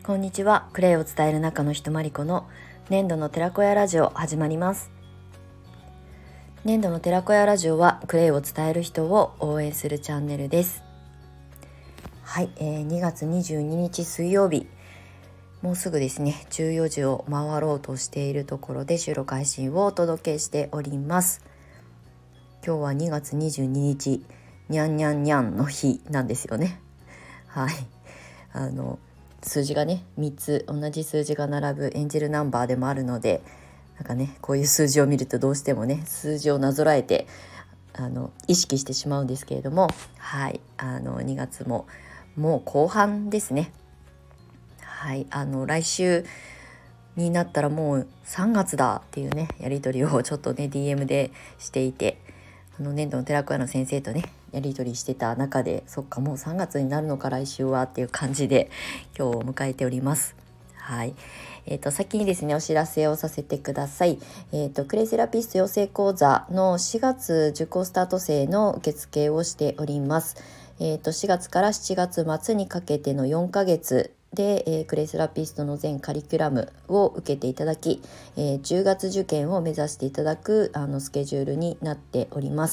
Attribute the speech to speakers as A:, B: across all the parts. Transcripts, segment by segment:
A: こんにちは。クレイを伝える中のひとまりこの粘土の寺子屋ラジオ始まります。粘土の寺子屋ラジオはクレイを伝える人を応援するチャンネルです。はい、2月22日水曜日、もうすぐですね14時を回ろうとしているところで収録配信をお届けしております。今日は2月22日にゃんにゃんにゃんの日なんですよね。はい、数字がね3つ同じ数字が並ぶエンジェルナンバーでもあるので、なんかねこういう数字を見るとどうしてもね数字をなぞらえて意識してしまうんですけれども、はい、2月ももう後半ですね。はい、来週になったらもう3月だっていうねやり取りをちょっとね DM でしていて、粘土の寺子屋の先生とねやり取りしてた中で、そっかもう3月になるのか来週はっていう感じで今日を迎えております。はい、先にですねお知らせをさせてください。クレイセラピスト養成講座の4月受講スタート生の受付をしております。4月から7月末にかけての4ヶ月で、クレイセラピストの全カリキュラムを受けていただき、10月受験を目指していただくスケジュールになっております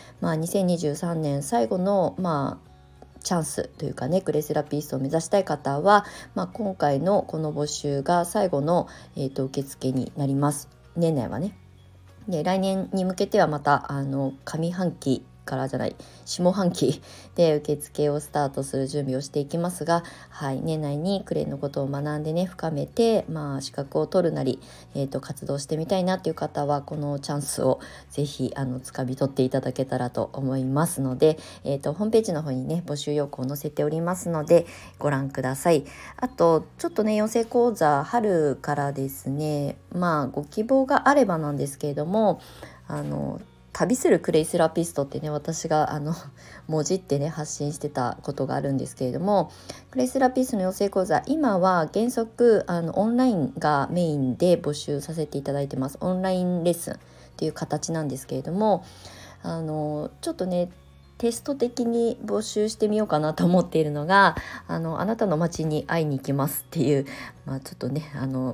A: 。2023年最後のチャンスというかね、クレイセラピストを目指したい方は、今回のこの募集が最後の、受付になります。年内はね。で来年に向けてはまた上半期からじゃない下半期で受付をスタートする準備をしていきますが、はい、年内にクレイのことを学んでね深めて、資格を取るなり、活動してみたいなっていう方はこのチャンスをぜひ掴み取っていただけたらと思いますので、ホームページの方にね募集要項を載せておりますのでご覧ください。あとちょっとね養成講座春からですね、ご希望があればなんですけれども、旅するクレイセラピストってね私が文字ってね発信してたことがあるんですけれども、クレイセラピストの養成講座今は原則オンラインがメインで募集させていただいてます。オンラインレッスンっていう形なんですけれども、ちょっとねテスト的に募集してみようかなと思っているのがあなたの街に会いに行きますっていう、ちょっとね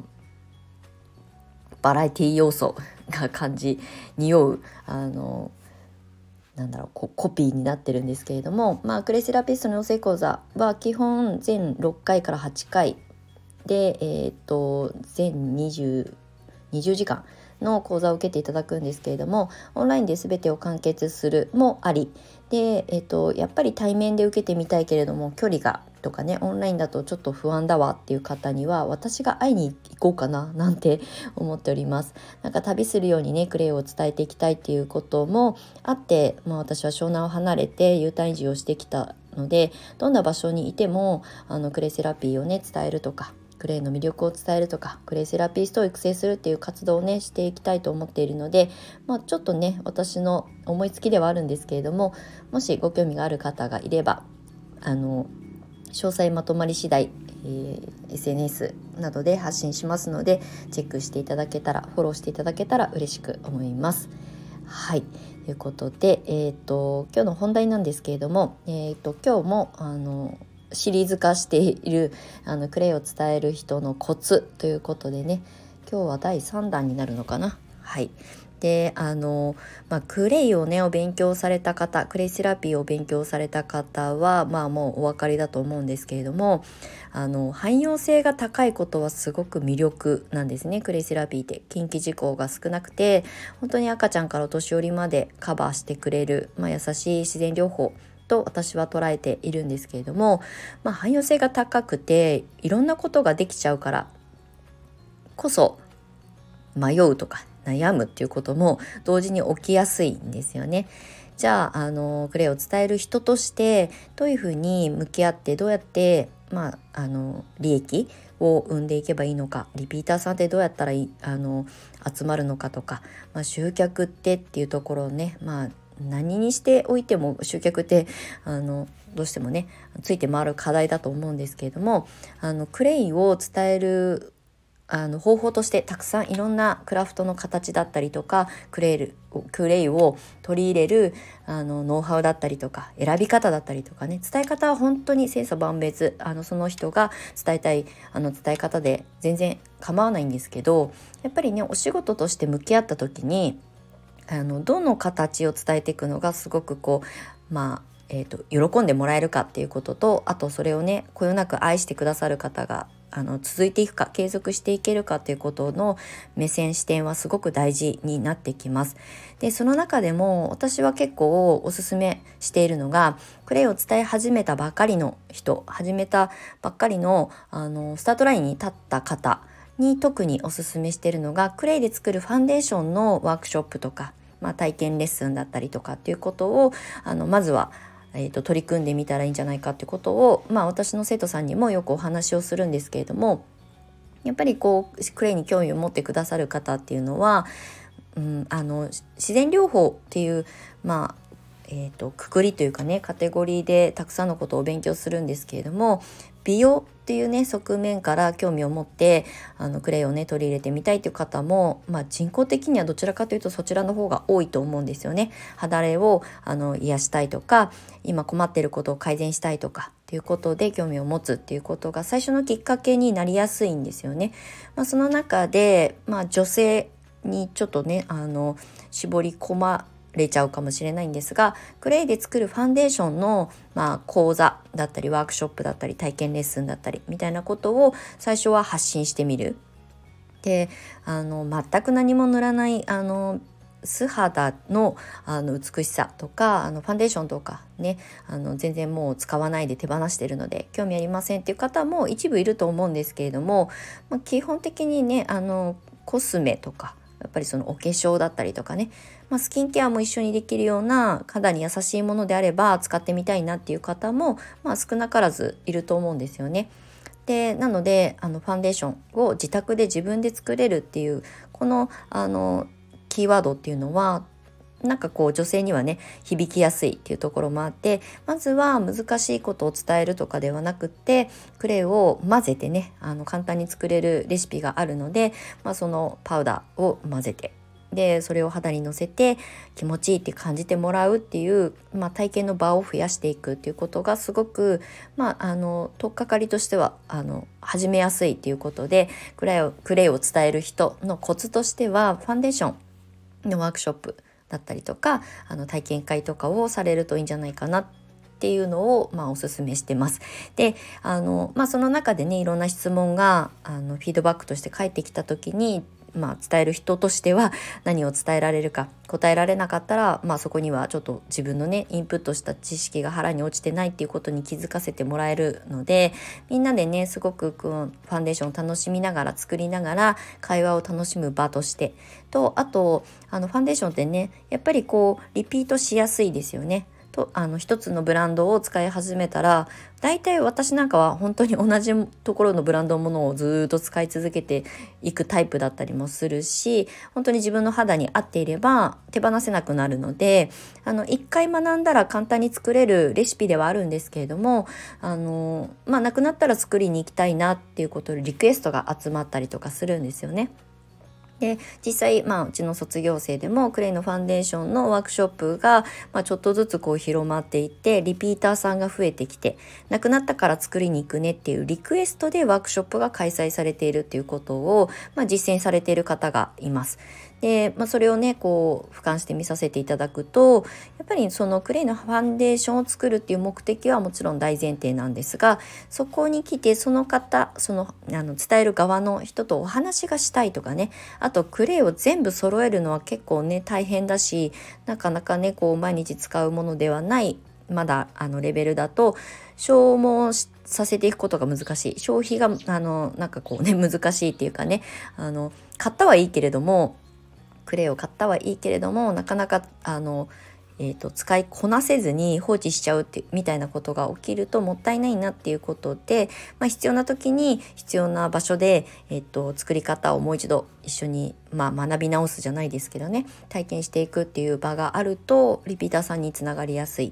A: バラエティ要素が匂うコピーになってるんですけれども、クレイセラピストの養成講座は基本全6回から8回で、全20時間の講座を受けていただくんですけれども、オンラインで全てを完結するもありで、やっぱり対面で受けてみたいけれども距離がとかねオンラインだとちょっと不安だわっていう方には私が会いに行こうかななんて思っております。なんか旅するようにねクレイを伝えていきたいっていうこともあって、私は湘南を離れて U ターン移住をしてきたので、どんな場所にいてもクレイセラピーをね伝えるとかクレイの魅力を伝えるとかクレイセラピストを育成するっていう活動をねしていきたいと思っているので、ちょっとね私の思いつきではあるんですけれども、もしご興味がある方がいれば詳細まとまり次第、SNS などで発信しますのでチェックしていただけたらフォローしていただけたら嬉しく思います。はい、ということで、今日の本題なんですけれども、今日もシリーズ化しているクレイを伝える人のコツということでね、今日は第3弾になるのかな。はい。でクレイをねお勉強された方、クレイセラピーを勉強された方はもうお分かりだと思うんですけれども、汎用性が高いことはすごく魅力なんですね。クレイセラピーって近畿事項が少なくて本当に赤ちゃんからお年寄りまでカバーしてくれる、優しい自然療法と私は捉えているんですけれども、汎用性が高くていろんなことができちゃうからこそ迷うとか悩むっていうことも同時に起きやすいんですよね。じゃあクレイを伝える人としてどういうふうに向き合ってどうやって利益を生んでいけばいいのか、リピーターさんってどうやったら集まるのかとか、集客っていうところをね、何にしておいても集客ってどうしてもねついて回る課題だと思うんですけれども、クレイを伝える方法としてたくさんいろんなクラフトの形だったりとかクレイを取り入れるノウハウだったりとか選び方だったりとかね、伝え方は本当に千差万別、その人が伝えたい伝え方で全然構わないんですけど、やっぱりねお仕事として向き合った時にどの形を伝えていくのがすごく喜んでもらえるかっていうことと、あとそれをねこよなく愛してくださる方が続いていくか継続していけるかということの目線視点はすごく大事になってきます。でその中でも私は結構おすすめしているのが、クレイを伝え始めたばっかりの人、始めたばっかりのスタートラインに立った方に特におすすめしているのが、クレイで作るファンデーションのワークショップとか、体験レッスンだったりとかっていうことをまずは取り組んでみたらいいんじゃないかっていうことを、私の生徒さんにもよくお話をするんですけれども、やっぱりクレイに興味を持ってくださる方っていうのは、自然療法っていうくくりというかねカテゴリーでたくさんのことを勉強するんですけれども、美容っていうね側面から興味を持ってクレイをね取り入れてみたいという方も、人口的にはどちらかというとそちらの方が多いと思うんですよね。肌荒れを癒したいとか、今困っていることを改善したいとかっていうことで興味を持つっていうことが最初のきっかけになりやすいんですよね。その中で、女性にちょっとね絞り込まれちゃうかもしれないんですが、クレイで作るファンデーションの、講座だったりワークショップだったり体験レッスンだったりみたいなことを最初は発信してみる。で全く何も塗らない素肌の美しさとかファンデーションとかね全然もう使わないで手放しているので興味ありませんっていう方も一部いると思うんですけれども、基本的にねコスメとかやっぱりそのお化粧だったりとかね、スキンケアも一緒にできるような肌に優しいものであれば使ってみたいなっていう方も、少なからずいると思うんですよね。でなのでファンデーションを自宅で自分で作れるっていうこのキーワードっていうのは女性にはね響きやすいっていうところもあって、まずは難しいことを伝えるとかではなくって、クレイを混ぜてね簡単に作れるレシピがあるので、そのパウダーを混ぜて、でそれを肌にのせて気持ちいいって感じてもらうっていう、体験の場を増やしていくっていうことがすごく、取っかかりとしては始めやすいっていうことで、クレイを伝える人のコツとしてはファンデーションのワークショップだったりとか体験会とかをされるといいんじゃないかなっていうのを、おすすめしてます。でその中でねいろんな質問がフィードバックとして返ってきた時に、伝える人としては何を伝えられるか、答えられなかったら、そこにはちょっと自分のねインプットした知識が腹に落ちてないっていうことに気づかせてもらえるので、みんなでねすごくファンデーションを楽しみながら作りながら会話を楽しむ場としてと、あとファンデーションってねやっぱりリピートしやすいですよね。と一つのブランドを使い始めたら、だいたい私なんかは本当に同じところのブランドのものをずっと使い続けていくタイプだったりもするし、本当に自分の肌に合っていれば手放せなくなるので、一回学んだら簡単に作れるレシピではあるんですけれども、なくなったら作りに行きたいなっていうことでリクエストが集まったりとかするんですよね。で実際、うちの卒業生でもクレイのファンデーションのワークショップが、ちょっとずつ広まっていってリピーターさんが増えてきて、なくなったから作りに行くねっていうリクエストでワークショップが開催されているっていうことを、実践されている方がいます。で、それをね俯瞰して見させていただくと、やっぱりそのクレイのファンデーションを作るっていう目的はもちろん大前提なんですが、そこに来てその方伝える側の人とお話がしたいとかね、あとクレイを全部揃えるのは結構ね大変だし、なかなかね毎日使うものではないまだレベルだと消耗させていくことが難しい、消費が難しいっていうかね、買ったはいいけれどもクレイを買ったはいいけれどもなかなか使いこなせずに放置しちゃうってみたいなことが起きるともったいないなっていうことで、必要な時に必要な場所で、作り方をもう一度一緒に、学び直すじゃないですけどね、体験していくっていう場があるとリピーターさんにつながりやすい。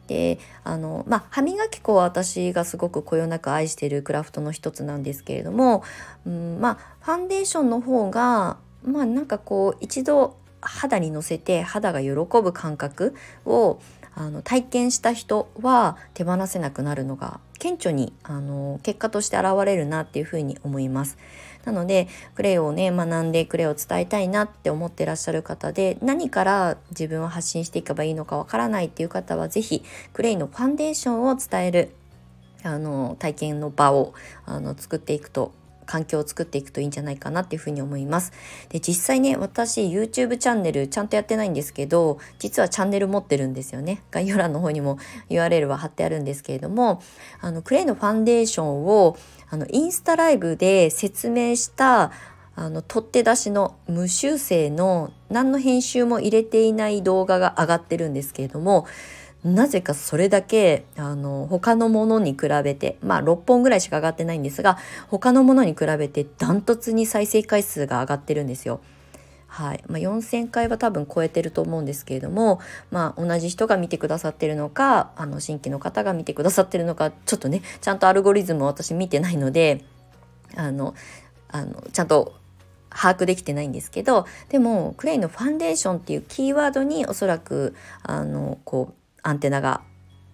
A: で歯磨き粉は私がすごくこよなく愛しているクラフトの一つなんですけれども、ファンデーションの方がなんかこう一度肌にのせて肌が喜ぶ感覚を体験した人は手放せなくなるのが顕著に結果として現れるなっていうふうに思います。なのでクレイをね学んでクレイを伝えたいなって思ってらっしゃる方で、何から自分を発信していけばいいのかわからないっていう方は、ぜひクレイのファンデーションを伝える体験の場を作っていくと、環境を作っていくといいんじゃないかなっていうふうに思います。で、実際ね、私 YouTube チャンネルちゃんとやってないんですけど、実はチャンネル持ってるんですよね。概要欄の方にも URL は貼ってあるんですけれども、クレイのファンデーションをインスタライブで説明した取って出しの無修正の何の編集も入れていない動画が上がってるんですけれども、なぜかそれだけ他のものに比べて6本ぐらいしか上がってないんですが、他のものに比べてダントツに再生回数が上がってるんですよ。はい、4000回は多分超えてると思うんですけれども、同じ人が見てくださってるのか新規の方が見てくださってるのか、ちょっとねちゃんとアルゴリズムを私見てないのでちゃんと把握できてないんですけど、でもクレイのファンデーションっていうキーワードにおそらくアンテナが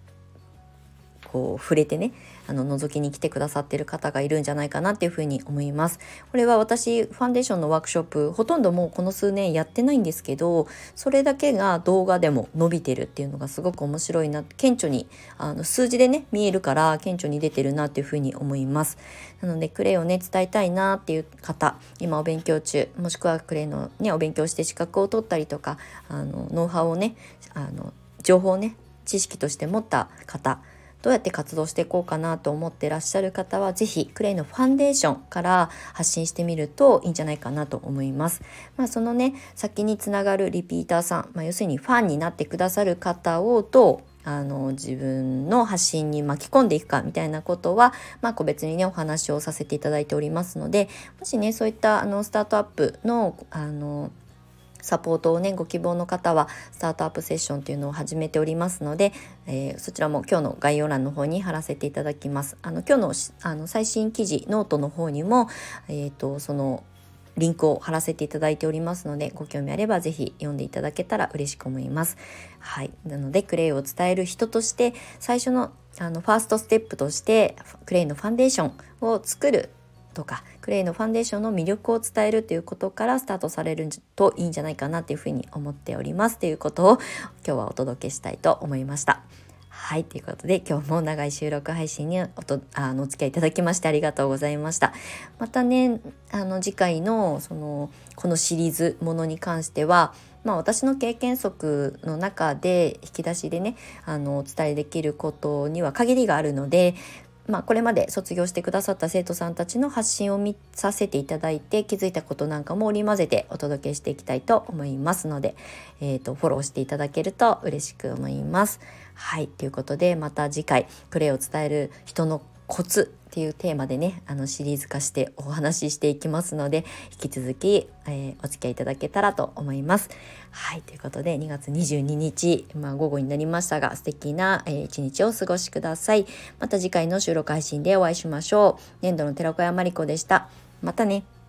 A: 触れてね覗きに来てくださっている方がいるんじゃないかなっていうふうに思います。これは私ファンデーションのワークショップほとんどもうこの数年やってないんですけど、それだけが動画でも伸びてるっていうのがすごく面白いな、顕著に数字でね見えるから顕著に出てるなっていうふうに思います。なのでクレイをね伝えたいなっていう方、今お勉強中、もしくはクレイのねお勉強して資格を取ったりとかノウハウをね情報をね知識として持った方、どうやって活動していこうかなと思ってらっしゃる方は、ぜひクレイのファンデーションから発信してみるといいんじゃないかなと思います。そのね先につながるリピーターさん、要するにファンになってくださる方をどう自分の発信に巻き込んでいくかみたいなことは、個別にねお話をさせていただいておりますので、もしねそういったスタートアップのサポートをねご希望の方はスタートアップセッションというのを始めておりますので、そちらも今日の概要欄の方に貼らせていただきます。今日の最新記事ノートの方にも、そのリンクを貼らせていただいておりますので、ご興味あればぜひ読んでいただけたら嬉しく思います。はい、なのでクレイを伝える人として最初のファーストステップとしてクレイのファンデーションを作るとか、クレイのファンデーションの魅力を伝えるということからスタートされるといいんじゃないかなというふうに思っておりますということを今日はお届けしたいと思いました。はい、ということで今日も長い収録配信にお付き合いいただきましてありがとうございました。またね次回のこのシリーズものに関しては、私の経験則の中で引き出しでねお伝えできることには限りがあるので、これまで卒業してくださった生徒さんたちの発信を見させていただいて気づいたことなんかも織り交ぜてお届けしていきたいと思いますので、フォローしていただけると嬉しく思います。はい、ということでまた次回クレイを伝える人のコツっていうテーマでねシリーズ化してお話ししていきますので、引き続き、お付き合いいただけたらと思います。はい、ということで2月22日、午後になりましたが素敵な、一日をお過ごしください。また次回の収録配信でお会いしましょう。年度の寺子屋まりこでした。またね。